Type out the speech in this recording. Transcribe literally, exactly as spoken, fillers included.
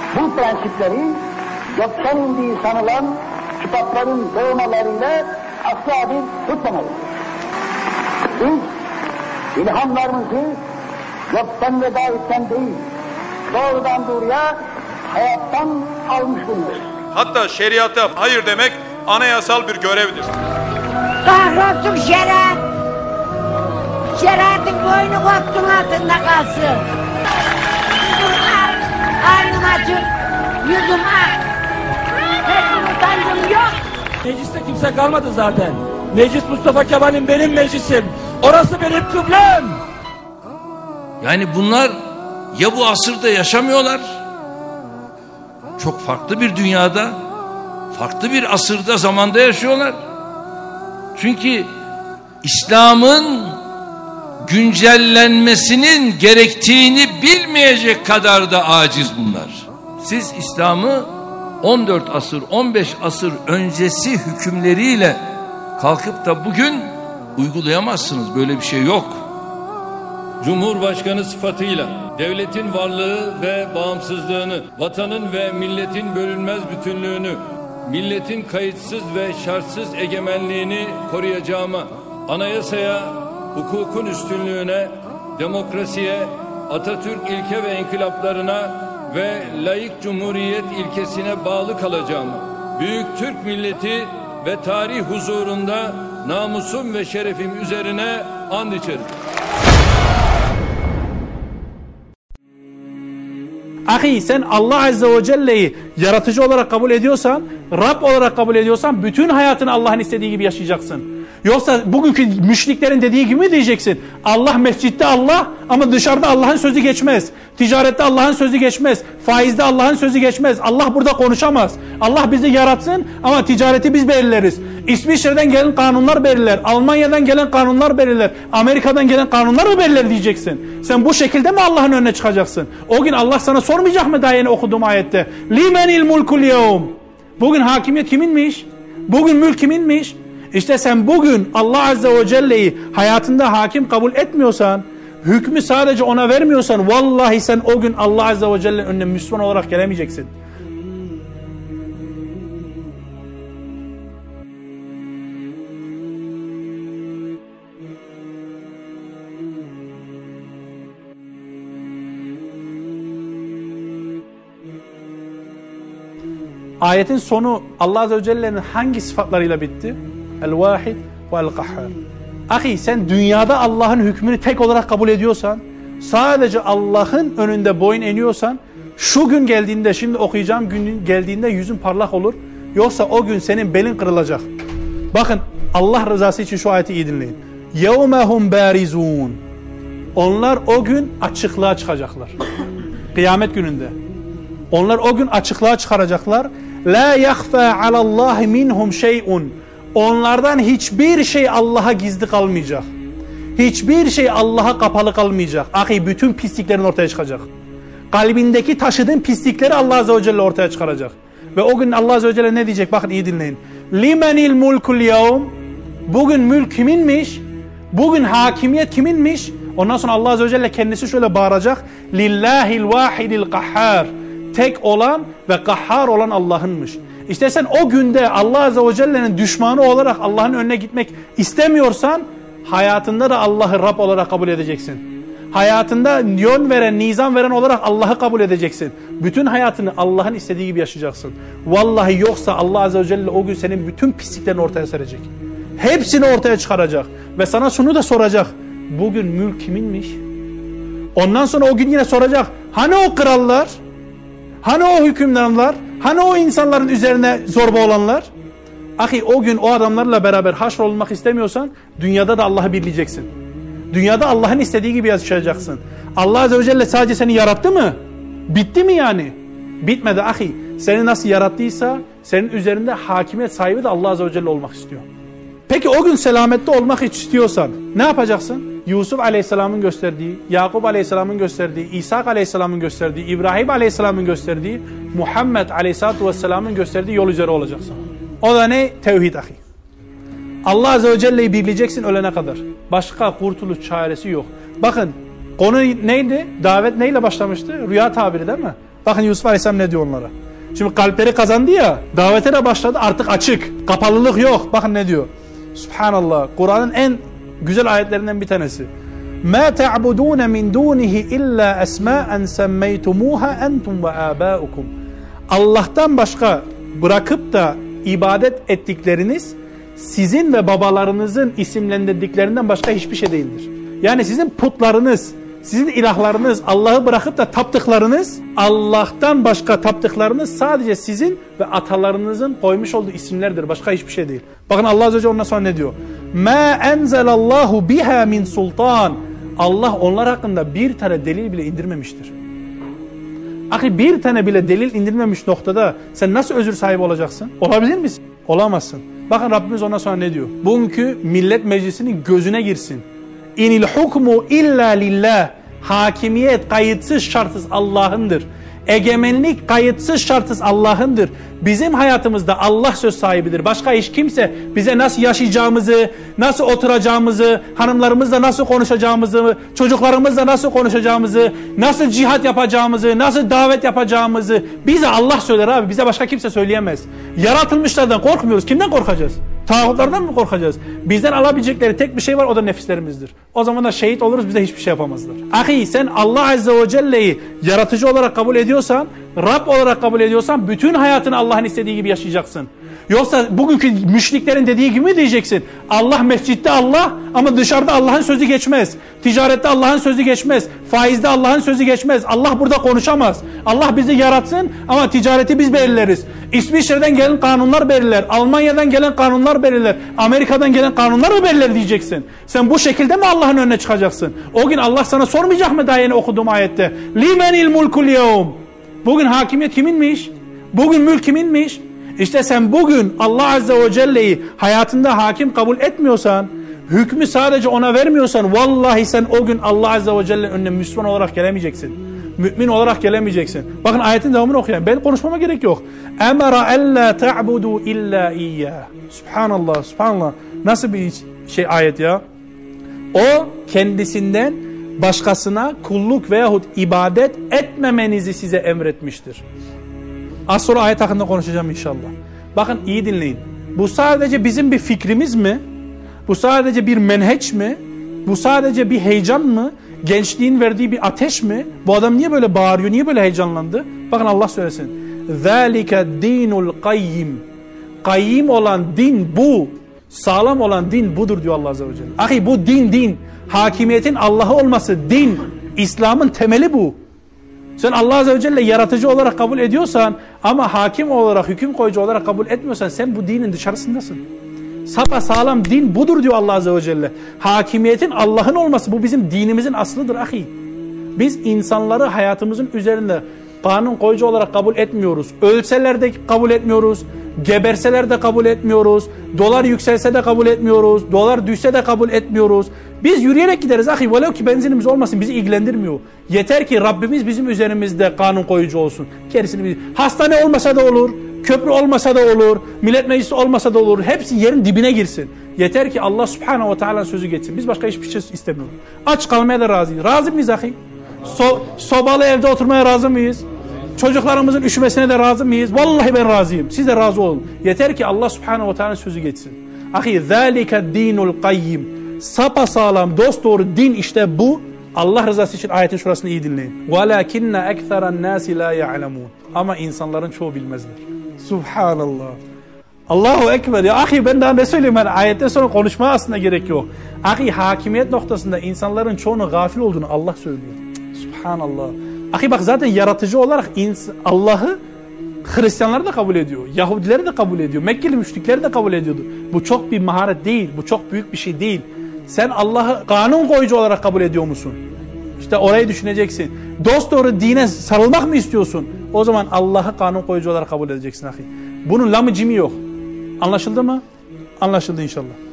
Bu prensipleri gökten indiği sanılan kitapların doğmalarıyla asla bir tutmamalıyız. Biz ilhamlarımızı gökten ve davetten değil, doğrudan doğruya hayattan almış bulunuyoruz. Hatta şeriata hayır demek anayasal bir görevdir. Kahrolsun şeriat! Şeriatın boynu koptun altında kalsın. Yüzüm ak, karnım acık, yüzüm ak. Hiç utancım yok. Mecliste kimse kalmadı zaten. Meclis Mustafa Kemal'in benim meclisim. Orası benim kıblem. Yani bunlar ya bu asırda yaşamıyorlar, çok farklı bir dünyada, farklı bir asırda, zamanda yaşıyorlar. Çünkü İslam'ın güncellenmesinin gerektiğini bilmeyecek kadar da aciz bunlar. Siz İslam'ı on dört asır, on beş asır öncesi hükümleriyle kalkıp da bugün uygulayamazsınız. Böyle bir şey yok. Cumhurbaşkanı sıfatıyla devletin varlığı ve bağımsızlığını, vatanın ve milletin bölünmez bütünlüğünü, milletin kayıtsız ve şartsız egemenliğini koruyacağıma, anayasaya, hukukun üstünlüğüne, demokrasiye, Atatürk ilke ve inkılaplarına ve laik cumhuriyet ilkesine bağlı kalacağıma, büyük Türk milleti ve tarih huzurunda namusum ve şerefim üzerine and içerim. Ahi, sen Allah Azze ve Celle'yi yaratıcı olarak kabul ediyorsan, Rab olarak kabul ediyorsan bütün hayatını Allah'ın istediği gibi yaşayacaksın. Yoksa bugünkü müşriklerin dediği gibi mi diyeceksin? Allah mescitte Allah ama dışarıda Allah'ın sözü geçmez. Ticarette Allah'ın sözü geçmez. Faizde Allah'ın sözü geçmez. Allah burada konuşamaz. Allah bizi yaratsın ama ticareti biz belirleriz. İsviçre'den gelen kanunlar belirler. Almanya'dan gelen kanunlar belirler. Amerika'dan gelen kanunlar mı belirler diyeceksin. Sen bu şekilde mi Allah'ın önüne çıkacaksın? O gün Allah sana sormayacak mı daha yeni okuduğum ayette? Limenil mulkul yevm. Bugün hakimiyet kiminmiş? Bugün mülk kiminmiş? İşte sen bugün Allah Azze ve Celle'yi hayatında hakim kabul etmiyorsan, hükmü sadece ona vermiyorsan, vallahi sen o gün Allah Azze ve Celle'nin önüne Müslüman olarak gelemeyeceksin. Ayetin sonu Allah Azze ve Celle'nin hangi sıfatlarıyla bitti? El-Vahid ve El-Kahhar. Ahi, sen dünyada Allah'ın hükmünü tek olarak kabul ediyorsan, sadece Allah'ın önünde boyun eğiyorsan, şu gün geldiğinde, şimdi okuyacağım gün geldiğinde yüzün parlak olur. Yoksa o gün senin belin kırılacak. Bakın, Allah rızası için şu ayeti iyi dinleyin. يَوْمَهُمْ بَارِزُونَ. Onlar o gün açıklığa çıkacaklar. Kıyamet gününde. Onlar o gün açıklığa çıkaracaklar. La yakhfa alallahi minhum şey'un. Onlardan hiçbir şey Allah'a gizli kalmayacak. Hiçbir şey Allah'a kapalı kalmayacak. Ahi, bütün pisliklerin ortaya çıkacak. Kalbindeki taşıdığın pislikleri Allah Azze ve Celle ortaya çıkaracak. Ve o gün Allah Azze ve Celle ne diyecek? Bakın iyi dinleyin. Limenil mulkul yevm. Bugün mülk kiminmiş? Bugün hakimiyet kiminmiş? Ondan sonra Allah Azze ve Celle kendisi şöyle bağıracak. Lillahil vahidil kahhar. Tek olan ve kahhar olan Allah'ınmış. İşte sen o günde Allah Azze ve Celle'nin düşmanı olarak Allah'ın önüne gitmek istemiyorsan, hayatında da Allah'ı Rab olarak kabul edeceksin. Hayatında yön veren, nizam veren olarak Allah'ı kabul edeceksin. Bütün hayatını Allah'ın istediği gibi yaşayacaksın. Vallahi yoksa Allah Azze ve Celle o gün senin bütün pisliklerini ortaya serecek. Hepsini ortaya çıkaracak. Ve sana şunu da soracak. Bugün mülk kiminmiş? Ondan sonra o gün yine soracak. Hani o krallar? Hani o hükümdarlar? Hani o insanların üzerine zorba olanlar? Ahi, o gün o adamlarla beraber haşrolunmak istemiyorsan dünyada da Allah'ı birleyeceksin. Dünyada Allah'ın istediği gibi yaşayacaksın. Allah Azze ve Celle sadece seni yarattı mı? Bitti mi yani? Bitmedi ahi. Seni nasıl yarattıysa senin üzerinde hakimiyet sahibi de Allah Azze ve Celle olmak istiyor. Peki o gün selamette olmak istiyorsan ne yapacaksın? Yusuf Aleyhisselam'ın gösterdiği, Yakup Aleyhisselam'ın gösterdiği, İsa Aleyhisselam'ın gösterdiği, İbrahim Aleyhisselam'ın gösterdiği, Muhammed Aleyhisselatü Vesselam'ın gösterdiği yol üzere olacaksın. O da ne? Tevhid ahi. Allah Azze ve Celle'yi birleyeceksin ölene kadar. Başka kurtuluş çaresi yok. Bakın konu neydi? Davet neyle başlamıştı? Rüya tabiri değil mi? Bakın Yusuf Aleyhisselam ne diyor onlara. Şimdi kalpleri kazandı ya, davete de başladı, artık açık. Kapalılık yok. Bakın ne diyor. Subhanallah. Kur'an'ın en güzel ayetlerinden bir tanesi. مَا تَعْبُدُونَ مِنْ دُونِهِ إِلَّا أَسْمَاءً سَمَّيْتُمُوهَا أَنْتُمْ وَآبَاؤُكُمْ. Allah'tan başka bırakıp da ibadet ettikleriniz sizin ve babalarınızın isimlendirdiklerinden başka hiçbir şey değildir. Yani sizin putlarınız, sizin ilahlarınız, Allah'ı bırakıp da taptıklarınız, Allah'tan başka taptıklarınız sadece sizin ve atalarınızın koymuş olduğu isimlerdir. Başka hiçbir şey değil. Bakın Allah Azze ve Celle ondan sonra ne diyor? مَا أَنْزَلَ اللّٰهُ بِهَا مِنْ سُلْطَانٍ. Allah onlar hakkında bir tane delil bile indirmemiştir. Ahi bir tane bile delil indirmemiş noktada sen nasıl özür sahibi olacaksın? Olabilir misin? Olamazsın. Bakın Rabbimiz ondan sonra ne diyor? Bugünkü millet meclisinin gözüne girsin. İnil hukmu illa lillah. Hakimiyet kayıtsız şartsız Allah'ındır. Egemenlik kayıtsız şartsız Allah'ındır. Bizim hayatımızda Allah söz sahibidir. Başka hiç kimse bize nasıl yaşayacağımızı, nasıl oturacağımızı, hanımlarımızla nasıl konuşacağımızı, çocuklarımızla nasıl konuşacağımızı, nasıl cihat yapacağımızı, nasıl davet yapacağımızı bize Allah söyler abi. Bize başka kimse söyleyemez. Yaratılmışlardan korkmuyoruz. Kimden korkacağız? Tağutlardan mı korkacağız? Bizden alabilecekleri tek bir şey var, o da nefislerimizdir. O zaman da şehit oluruz, bize hiçbir şey yapamazlar. Ahi sen Allah Azze ve Celle'yi yaratıcı olarak kabul ediyorsan, Rab olarak kabul ediyorsan bütün hayatını Allah'ın istediği gibi yaşayacaksın. Yoksa bugünkü müşriklerin dediği gibi mi diyeceksin? Allah mescitte Allah ama dışarıda Allah'ın sözü geçmez. Ticarette Allah'ın sözü geçmez. Faizde Allah'ın sözü geçmez. Allah burada konuşamaz. Allah bizi yaratsın ama ticareti biz belirleriz. İsviçre'den gelen kanunlar belirler. Almanya'dan gelen kanunlar belirler. Amerika'dan gelen kanunlar mı belirler diyeceksin? Sen bu şekilde mi Allah'ın önüne çıkacaksın? O gün Allah sana sormayacak mı daha yeni okuduğum ayette? Limenil mulkul yevm. Bugün hakimiyet kiminmiş? Bugün mülk kiminmiş? İşte sen bugün Allah Azze ve Celle'yi hayatında hakim kabul etmiyorsan, hükmü sadece ona vermiyorsan, vallahi sen o gün Allah Azze ve Celle'nin önüne Müslüman olarak gelemeyeceksin. Mümin olarak gelemeyeceksin. Bakın ayetin devamını okuyayım. Ben konuşmama gerek yok. Emara ella ta'budu illa iyyah. Subhanallah, subhanallah. Nasıl bir şey ayet ya? O kendisinden başkasına kulluk veyahut ibadet etmemenizi size emretmiştir. Az sonra ayet hakkında konuşacağım inşallah. Bakın iyi dinleyin. Bu sadece bizim bir fikrimiz mi? Bu sadece bir menheç mi? Bu sadece bir heyecan mı? Gençliğin verdiği bir ateş mi? Bu adam niye böyle bağırıyor? Niye böyle heyecanlandı? Bakın Allah söylesin. ذَٰلِكَ dinul kayyim. Kayyim olan din bu. Sağlam olan din budur diyor Allah Azze ve Celle. Ahi bu din din. Hakimiyetin Allah'ı olması din. İslam'ın temeli bu. Sen Allah Azze ve Celle yaratıcı olarak kabul ediyorsan ama hakim olarak, hüküm koyucu olarak kabul etmiyorsan sen bu dinin dışarısındasın. Sapa sağlam din budur diyor Allah Azze ve Celle. Hakimiyetin Allah'ın olması bu bizim dinimizin aslıdır ahi. Biz insanları hayatımızın üzerinde kanun koyucu olarak kabul etmiyoruz. Ölseler de kabul etmiyoruz. Geberseler de kabul etmiyoruz. Dolar yükselse de kabul etmiyoruz. Dolar düşse de kabul etmiyoruz. Biz yürüyerek gideriz ahi. Velev ki benzinimiz olmasın bizi ilgilendirmiyor. Yeter ki Rabbimiz bizim üzerimizde kanun koyucu olsun. Gerisini biz... Hastane olmasa da olur. Köprü olmasa da olur. Millet meclisi olmasa da olur. Hepsi yerin dibine girsin. Yeter ki Allah Subhanahu ve Teala'nın sözü geçsin. Biz başka hiçbir şey istemiyoruz. Aç kalmaya da razıyız. Razı mıyız ahi? So sobalı evde oturmaya razı mıyız? Çocuklarımızın üşümesine de razı mıyız? Vallahi ben razıyım. Siz de razı olun. Yeter ki Allah Subhanahu ve Teala'nın sözü geçsin. Ahi zâlike dinul kayyim. Sapasağlam dosdoğru din işte bu. Allah rızası için ayetin şurasını iyi dinleyin. وَلَكِنَّ اَكْثَرَ النَّاسِ لَا يَعْلَمُونَ. Ama insanların çoğu bilmezler. Subhanallah. Allahu Ekber. Ya ahi ben daha ne söyleyeyim? Yani ayetten sonra konuşmaya aslında gerek yok. Ahi hakimiyet noktasında insanların çoğunun gafil olduğunu Allah söylüyor. Subhanallah. Ahi bak zaten yaratıcı olarak Allah'ı Hristiyanlar da kabul ediyor. Yahudiler de kabul ediyor. Mekkeli müşrikler de kabul ediyordu. Bu çok bir maharet değil. Bu çok büyük bir şey değil. Sen Allah'ı kanun koyucu olarak kabul ediyor musun? İşte orayı düşüneceksin. Dosdoğru dine sarılmak mı istiyorsun? O zaman Allah'ı kanun koyucu olarak kabul edeceksin ahi. Bunun lamı cimi yok. Anlaşıldı mı? Anlaşıldı inşallah.